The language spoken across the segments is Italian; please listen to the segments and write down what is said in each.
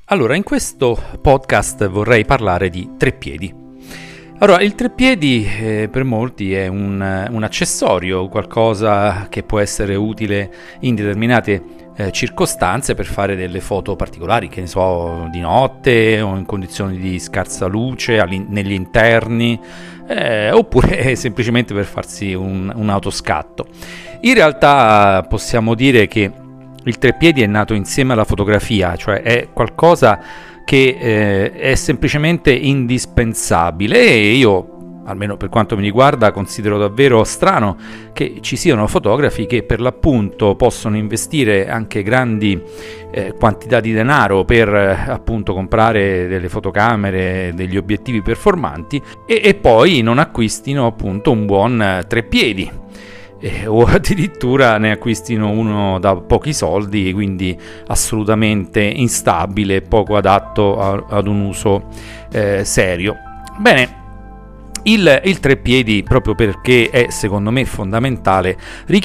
Allora, in questo podcast vorrei parlare di treppiedi. Allora, il treppiedi per molti è un accessorio, qualcosa che può essere utile in determinate circostanze per fare delle foto particolari, che ne so, di notte o in condizioni di scarsa luce, negli interni, oppure semplicemente per farsi un autoscatto. In realtà possiamo dire che il treppiedi è nato insieme alla fotografia, cioè è qualcosa che è semplicemente indispensabile, e io, almeno per quanto mi riguarda, considero davvero strano che ci siano fotografi che per l'appunto possono investire anche grandi quantità di denaro per appunto comprare delle fotocamere, degli obiettivi performanti e poi non acquistino appunto un buon treppiedi. O addirittura ne acquistino uno da pochi soldi, quindi assolutamente instabile e poco adatto ad un uso serio. Bene, il treppiedi, proprio perché è secondo me fondamentale,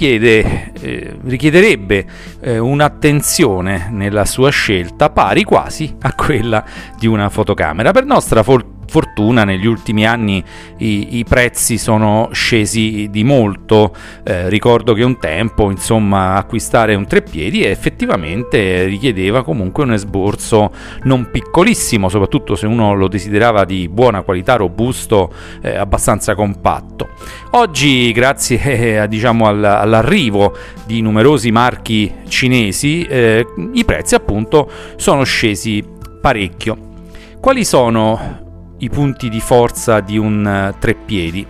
richiederebbe un'attenzione nella sua scelta pari quasi a quella di una fotocamera. Per nostra fortuna negli ultimi anni i prezzi sono scesi di molto. Ricordo che un tempo, insomma, acquistare un treppiedi effettivamente richiedeva comunque un esborso non piccolissimo, soprattutto se uno lo desiderava di buona qualità, robusto, abbastanza compatto. Oggi, grazie all'arrivo di numerosi marchi cinesi, i prezzi appunto sono scesi parecchio. Quali sono i punti di forza di un treppiedi?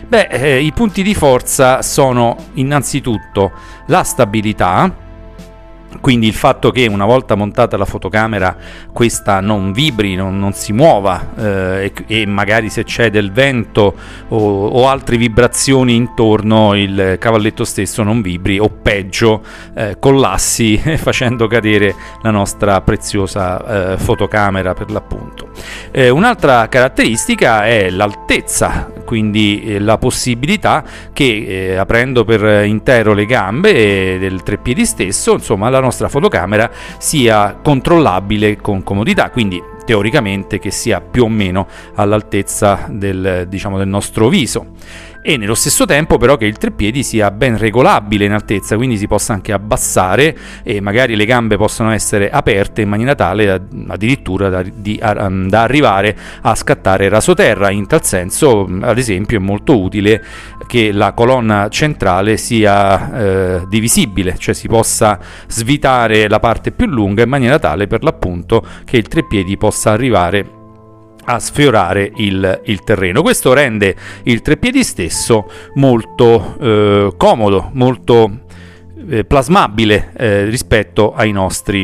I punti di forza sono innanzitutto la stabilità, quindi il fatto che una volta montata la fotocamera questa non vibri, non si muova, e magari se c'è del vento o altre vibrazioni intorno il cavalletto stesso non vibri, o peggio collassi facendo cadere la nostra preziosa fotocamera per l'appunto. Un'altra caratteristica è l'altezza, quindi la possibilità che aprendo per intero le gambe del treppiedi stesso, insomma, la nostra fotocamera sia controllabile con comodità, quindi teoricamente che sia più o meno all'altezza del nostro viso, e nello stesso tempo però che il treppiedi sia ben regolabile in altezza, quindi si possa anche abbassare e magari le gambe possono essere aperte in maniera tale addirittura da arrivare a scattare rasoterra. In tal senso, ad esempio, è molto utile che la colonna centrale sia divisibile, cioè si possa svitare la parte più lunga in maniera tale per l'appunto che il treppiedi possa arrivare a sfiorare il terreno. Questo rende il treppiedi stesso molto comodo, molto plasmabile rispetto alle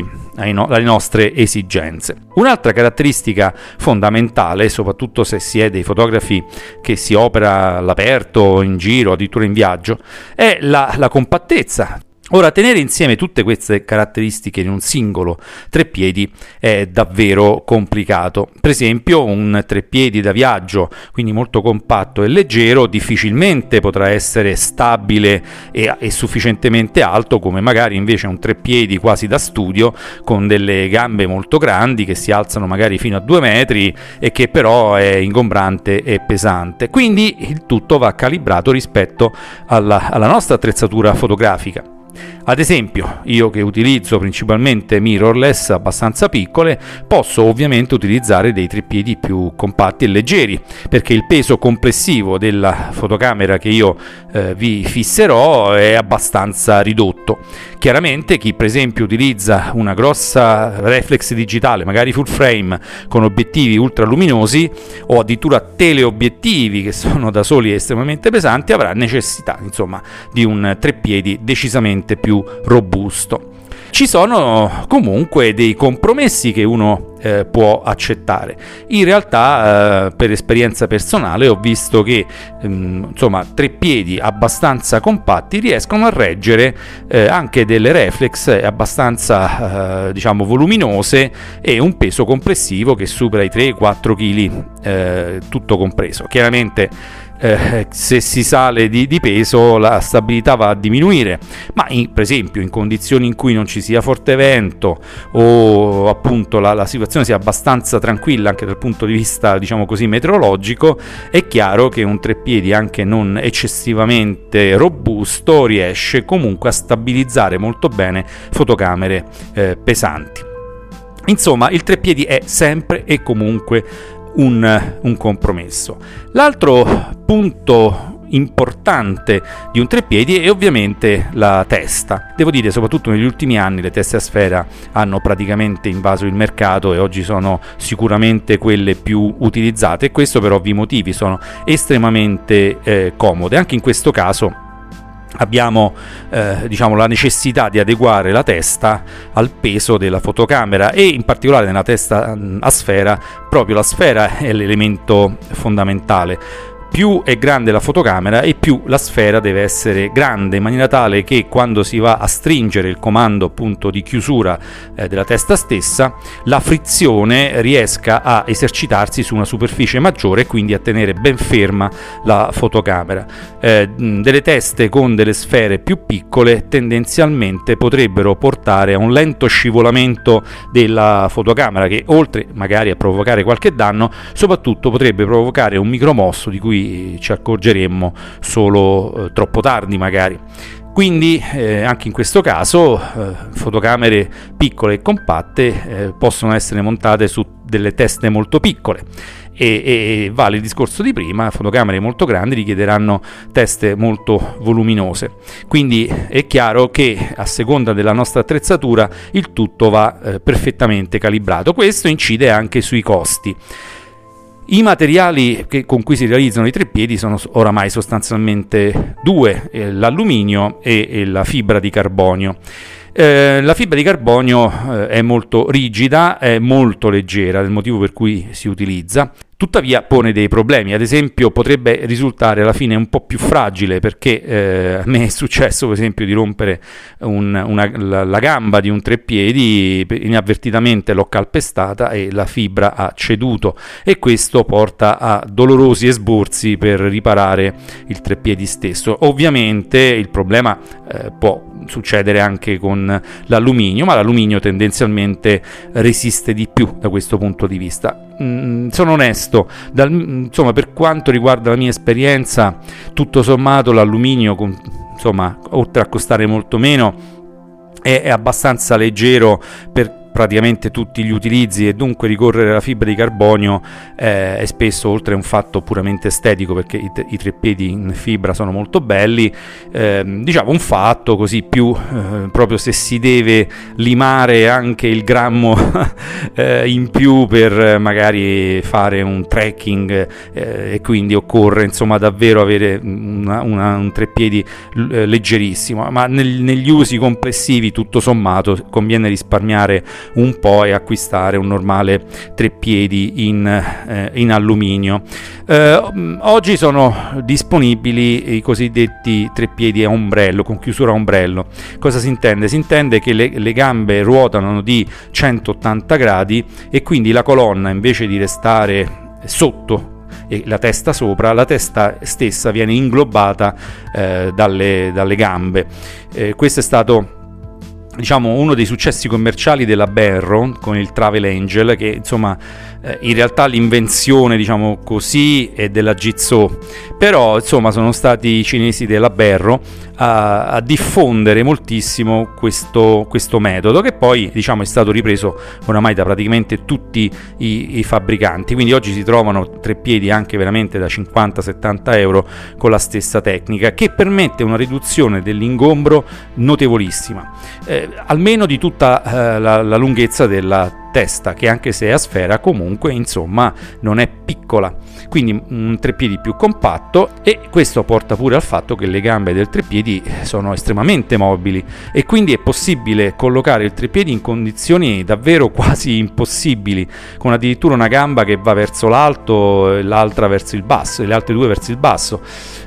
nostre esigenze. Un'altra caratteristica fondamentale, soprattutto se si è dei fotografi che si opera all'aperto, in giro, addirittura in viaggio, è la compattezza. Ora, tenere insieme tutte queste caratteristiche in un singolo treppiedi è davvero complicato. Per esempio, un treppiedi da viaggio, quindi molto compatto e leggero, difficilmente potrà essere stabile e sufficientemente alto come magari invece un treppiedi quasi da studio, con delle gambe molto grandi che si alzano magari fino a 2 metri e che però è ingombrante e pesante. Quindi il tutto va calibrato rispetto alla nostra attrezzatura fotografica. Ad esempio, io che utilizzo principalmente mirrorless abbastanza piccole, posso ovviamente utilizzare dei treppiedi più compatti e leggeri, perché il peso complessivo della fotocamera che io vi fisserò è abbastanza ridotto. Chiaramente chi per esempio utilizza una grossa reflex digitale, magari full frame, con obiettivi ultraluminosi o addirittura teleobiettivi che sono da soli estremamente pesanti, avrà necessità, insomma, di un treppiedi decisamente più robusto. Ci sono comunque dei compromessi che uno può accettare. In realtà, per esperienza personale, ho visto che treppiedi abbastanza compatti riescono a reggere anche delle reflex abbastanza voluminose e un peso complessivo che supera i 3-4 kg, tutto compreso. Chiaramente se si sale di peso la stabilità va a diminuire, ma per esempio in condizioni in cui non ci sia forte vento o appunto la situazione sia abbastanza tranquilla anche dal punto di vista, diciamo così, meteorologico, è chiaro che un treppiedi anche non eccessivamente robusto riesce comunque a stabilizzare molto bene fotocamere pesanti. Insomma, il treppiedi è sempre e comunque un compromesso. L'altro punto importante di un treppiedi è ovviamente la testa. Devo dire, soprattutto negli ultimi anni le teste a sfera hanno praticamente invaso il mercato e oggi sono sicuramente quelle più utilizzate, e questo per ovvi motivi, sono estremamente comode. Anche in questo caso abbiamo diciamo la necessità di adeguare la testa al peso della fotocamera, e in particolare nella testa a sfera proprio la sfera è l'elemento fondamentale. Più è grande la fotocamera e più la sfera deve essere grande, in maniera tale che quando si va a stringere il comando appunto di chiusura della testa stessa, la frizione riesca a esercitarsi su una superficie maggiore e quindi a tenere ben ferma la fotocamera. Delle teste con delle sfere più piccole tendenzialmente potrebbero portare a un lento scivolamento della fotocamera, che oltre magari a provocare qualche danno, soprattutto potrebbe provocare un micromosso di cui ci accorgeremmo solo troppo tardi magari. Quindi anche in questo caso fotocamere piccole e compatte possono essere montate su delle teste molto piccole, e vale il discorso di prima: fotocamere molto grandi richiederanno teste molto voluminose. Quindi è chiaro che a seconda della nostra attrezzatura il tutto va perfettamente calibrato. Questo incide anche sui costi. I materiali con cui si realizzano i treppiedi sono oramai sostanzialmente due: l'alluminio e la fibra di carbonio. La fibra di carbonio è molto rigida, è molto leggera, è il motivo per cui si utilizza. Tuttavia pone dei problemi. Ad esempio potrebbe risultare alla fine un po' più fragile, perché a me è successo per esempio di rompere la gamba di un treppiedi, inavvertitamente l'ho calpestata e la fibra ha ceduto, e questo porta a dolorosi esborsi per riparare il treppiedi stesso. Ovviamente il problema può succedere anche con l'alluminio, ma l'alluminio tendenzialmente resiste di più da questo punto di vista. Sono onesto, insomma, per quanto riguarda la mia esperienza, tutto sommato l'alluminio, insomma, oltre a costare molto meno, è abbastanza leggero per praticamente tutti gli utilizzi, e dunque ricorrere alla fibra di carbonio è spesso, oltre a un fatto puramente estetico, perché i treppiedi in fibra sono molto belli, diciamo un fatto così più proprio se si deve limare anche il grammo in più per magari fare un trekking, e quindi occorre insomma davvero avere un treppiedi leggerissimo, ma negli usi complessivi tutto sommato conviene risparmiare un po' e acquistare un normale treppiedi in alluminio. Oggi sono disponibili i cosiddetti treppiedi a ombrello, con chiusura a ombrello. Cosa si intende? Si intende che le gambe ruotano di 180 gradi e quindi la colonna, invece di restare sotto e la testa sopra, la testa stessa viene inglobata dalle gambe. Questo è stato, diciamo, uno dei successi commerciali della Benron con il Travel Angel, che insomma in realtà l'invenzione, diciamo così, è della Jitsu, però insomma sono stati i cinesi della Benron a diffondere moltissimo questo metodo, che poi, diciamo, è stato ripreso oramai da praticamente tutti i fabbricanti. Quindi oggi si trovano treppiedi anche veramente da 50-70 euro con la stessa tecnica, che permette una riduzione dell'ingombro notevolissima, almeno di tutta la lunghezza della testa, che anche se è a sfera comunque insomma non è piccola, quindi un treppiedi più compatto, e questo porta pure al fatto che le gambe del treppiedi sono estremamente mobili, e quindi è possibile collocare il treppiedi in condizioni davvero quasi impossibili, con addirittura una gamba che va verso l'alto e l'altra verso il basso, e le altre due verso il basso,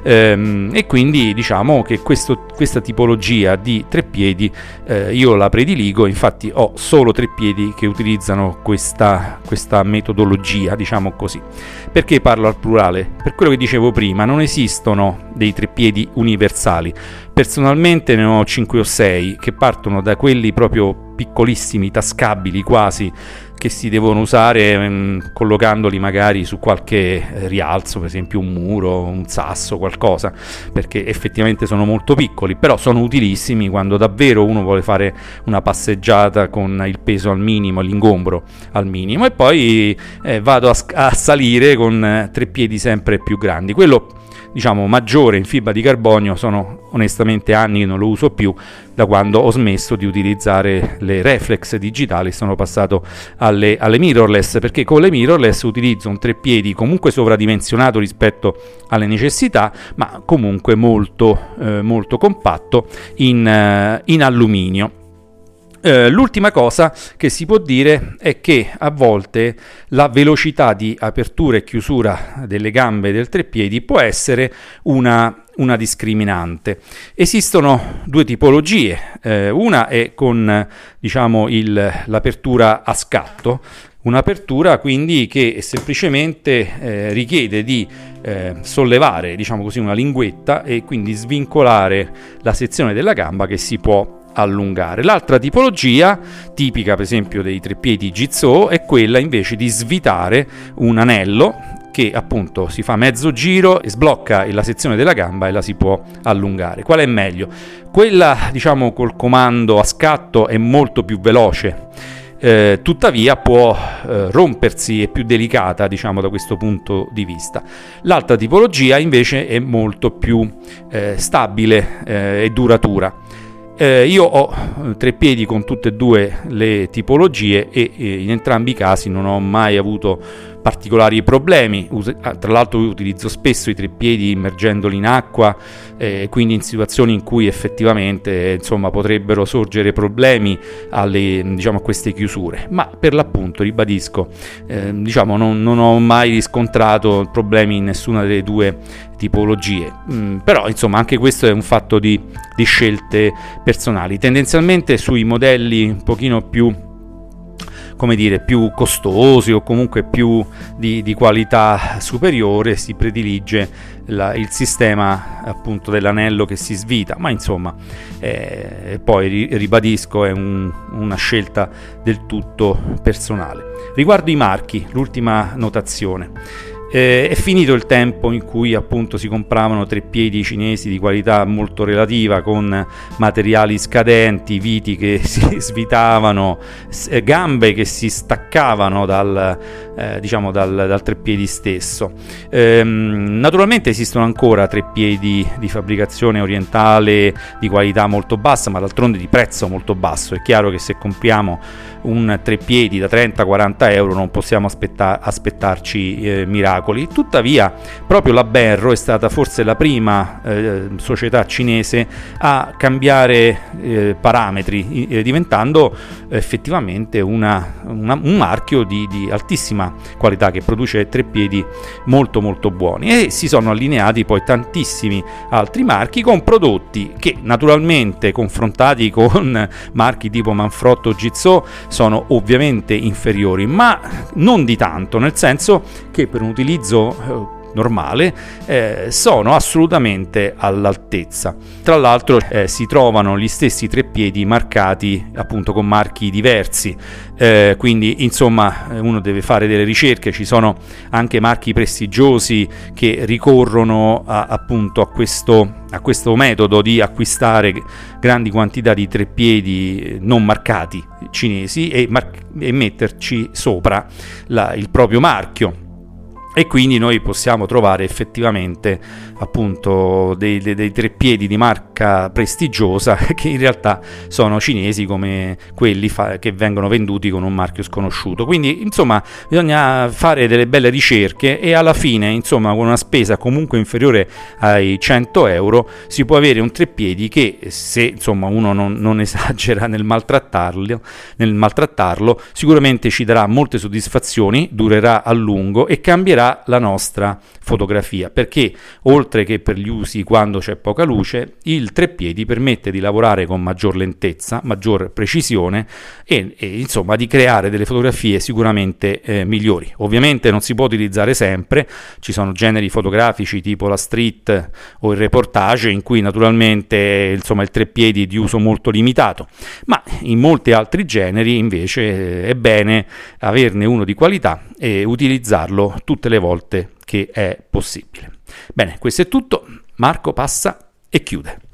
e quindi diciamo che questa tipologia di treppiedi io la prediligo. Infatti ho solo treppiedi che utilizzo utilizzano questa metodologia, diciamo così. Perché parlo al plurale? Per quello che dicevo prima, non esistono dei treppiedi universali. Personalmente ne ho 5 o 6 che partono da quelli proprio piccolissimi, tascabili quasi, che si devono usare collocandoli magari su qualche rialzo, per esempio un muro, un sasso, qualcosa, perché effettivamente sono molto piccoli, però sono utilissimi quando davvero uno vuole fare una passeggiata con il peso al minimo, l'ingombro al minimo, e poi vado a salire con treppiedi sempre più grandi. Quello, diciamo, maggiore in fibra di carbonio sono onestamente anni che non lo uso più, da quando ho smesso di utilizzare le reflex digitali, sono passato alle mirrorless, perché con le mirrorless utilizzo un treppiedi comunque sovradimensionato rispetto alle necessità, ma comunque molto compatto in alluminio. L'ultima cosa che si può dire è che a volte la velocità di apertura e chiusura delle gambe del treppiedi può essere una discriminante. Esistono due tipologie, una è con, diciamo, l'apertura a scatto, un'apertura quindi che semplicemente richiede di sollevare, diciamo così, una linguetta e quindi svincolare la sezione della gamba che si può allungare. L'altra tipologia, tipica per esempio dei treppiedi Jitsu, è quella invece di svitare un anello che appunto si fa mezzo giro e sblocca la sezione della gamba e la si può allungare. Qual è meglio? Quella, diciamo, col comando a scatto è molto più veloce, tuttavia può rompersi, è più delicata, diciamo, da questo punto di vista. L'altra tipologia invece è molto più stabile e duratura. Io ho treppiedi con tutte e due le tipologie e in entrambi i casi non ho mai avuto particolari problemi. Tra l'altro io utilizzo spesso i treppiedi immergendoli in acqua, quindi in situazioni in cui effettivamente, insomma, potrebbero sorgere problemi diciamo, a queste chiusure, ma per l'appunto, ribadisco, diciamo, non ho mai riscontrato problemi in nessuna delle due tipologie. Però insomma anche questo è un fatto di scelte personali. Tendenzialmente sui modelli un pochino più, come dire, più costosi o comunque più di qualità superiore si predilige il sistema appunto dell'anello che si svita, ma insomma poi ribadisco è una scelta del tutto personale. Riguardo i marchi, l'ultima notazione. È finito il tempo in cui appunto si compravano treppiedi cinesi di qualità molto relativa con materiali scadenti, viti che si svitavano, gambe che si staccavano dal treppiedi stesso. Naturalmente esistono ancora treppiedi di fabbricazione orientale di qualità molto bassa, ma d'altronde di prezzo molto basso. È chiaro che se compriamo un treppiedi da 30-40 euro non possiamo aspettarci miracoli. Tuttavia proprio la Benro è stata forse la prima società cinese a cambiare parametri, diventando effettivamente un marchio di altissima qualità che produce treppiedi molto molto buoni, e si sono allineati poi tantissimi altri marchi con prodotti che naturalmente, confrontati con marchi tipo Manfrotto o Jitsu, sono ovviamente inferiori, ma non di tanto, nel senso che per un utilizzo normale sono assolutamente all'altezza. Tra l'altro si trovano gli stessi treppiedi marcati appunto con marchi diversi, quindi insomma uno deve fare delle ricerche. Ci sono anche marchi prestigiosi che ricorrono appunto a questo metodo di acquistare grandi quantità di treppiedi non marcati cinesi e metterci sopra il proprio marchio. E quindi noi possiamo trovare effettivamente appunto dei treppiedi di marca prestigiosa che in realtà sono cinesi, come quelli che vengono venduti con un marchio sconosciuto. Quindi insomma bisogna fare delle belle ricerche e alla fine, insomma, con una spesa comunque inferiore ai 100 euro si può avere un treppiedi che, se insomma uno non esagera nel maltrattarlo, sicuramente ci darà molte soddisfazioni, durerà a lungo e cambierà la nostra fotografia, perché oltre oltre che per gli usi quando c'è poca luce, il treppiedi permette di lavorare con maggior lentezza, maggior precisione e insomma di creare delle fotografie sicuramente migliori. Ovviamente non si può utilizzare sempre, ci sono generi fotografici tipo la street o il reportage in cui naturalmente insomma il treppiedi è di uso molto limitato, ma in molti altri generi invece è bene averne uno di qualità e utilizzarlo tutte le volte che è possibile. Bene, questo è tutto. Marco passa e chiude.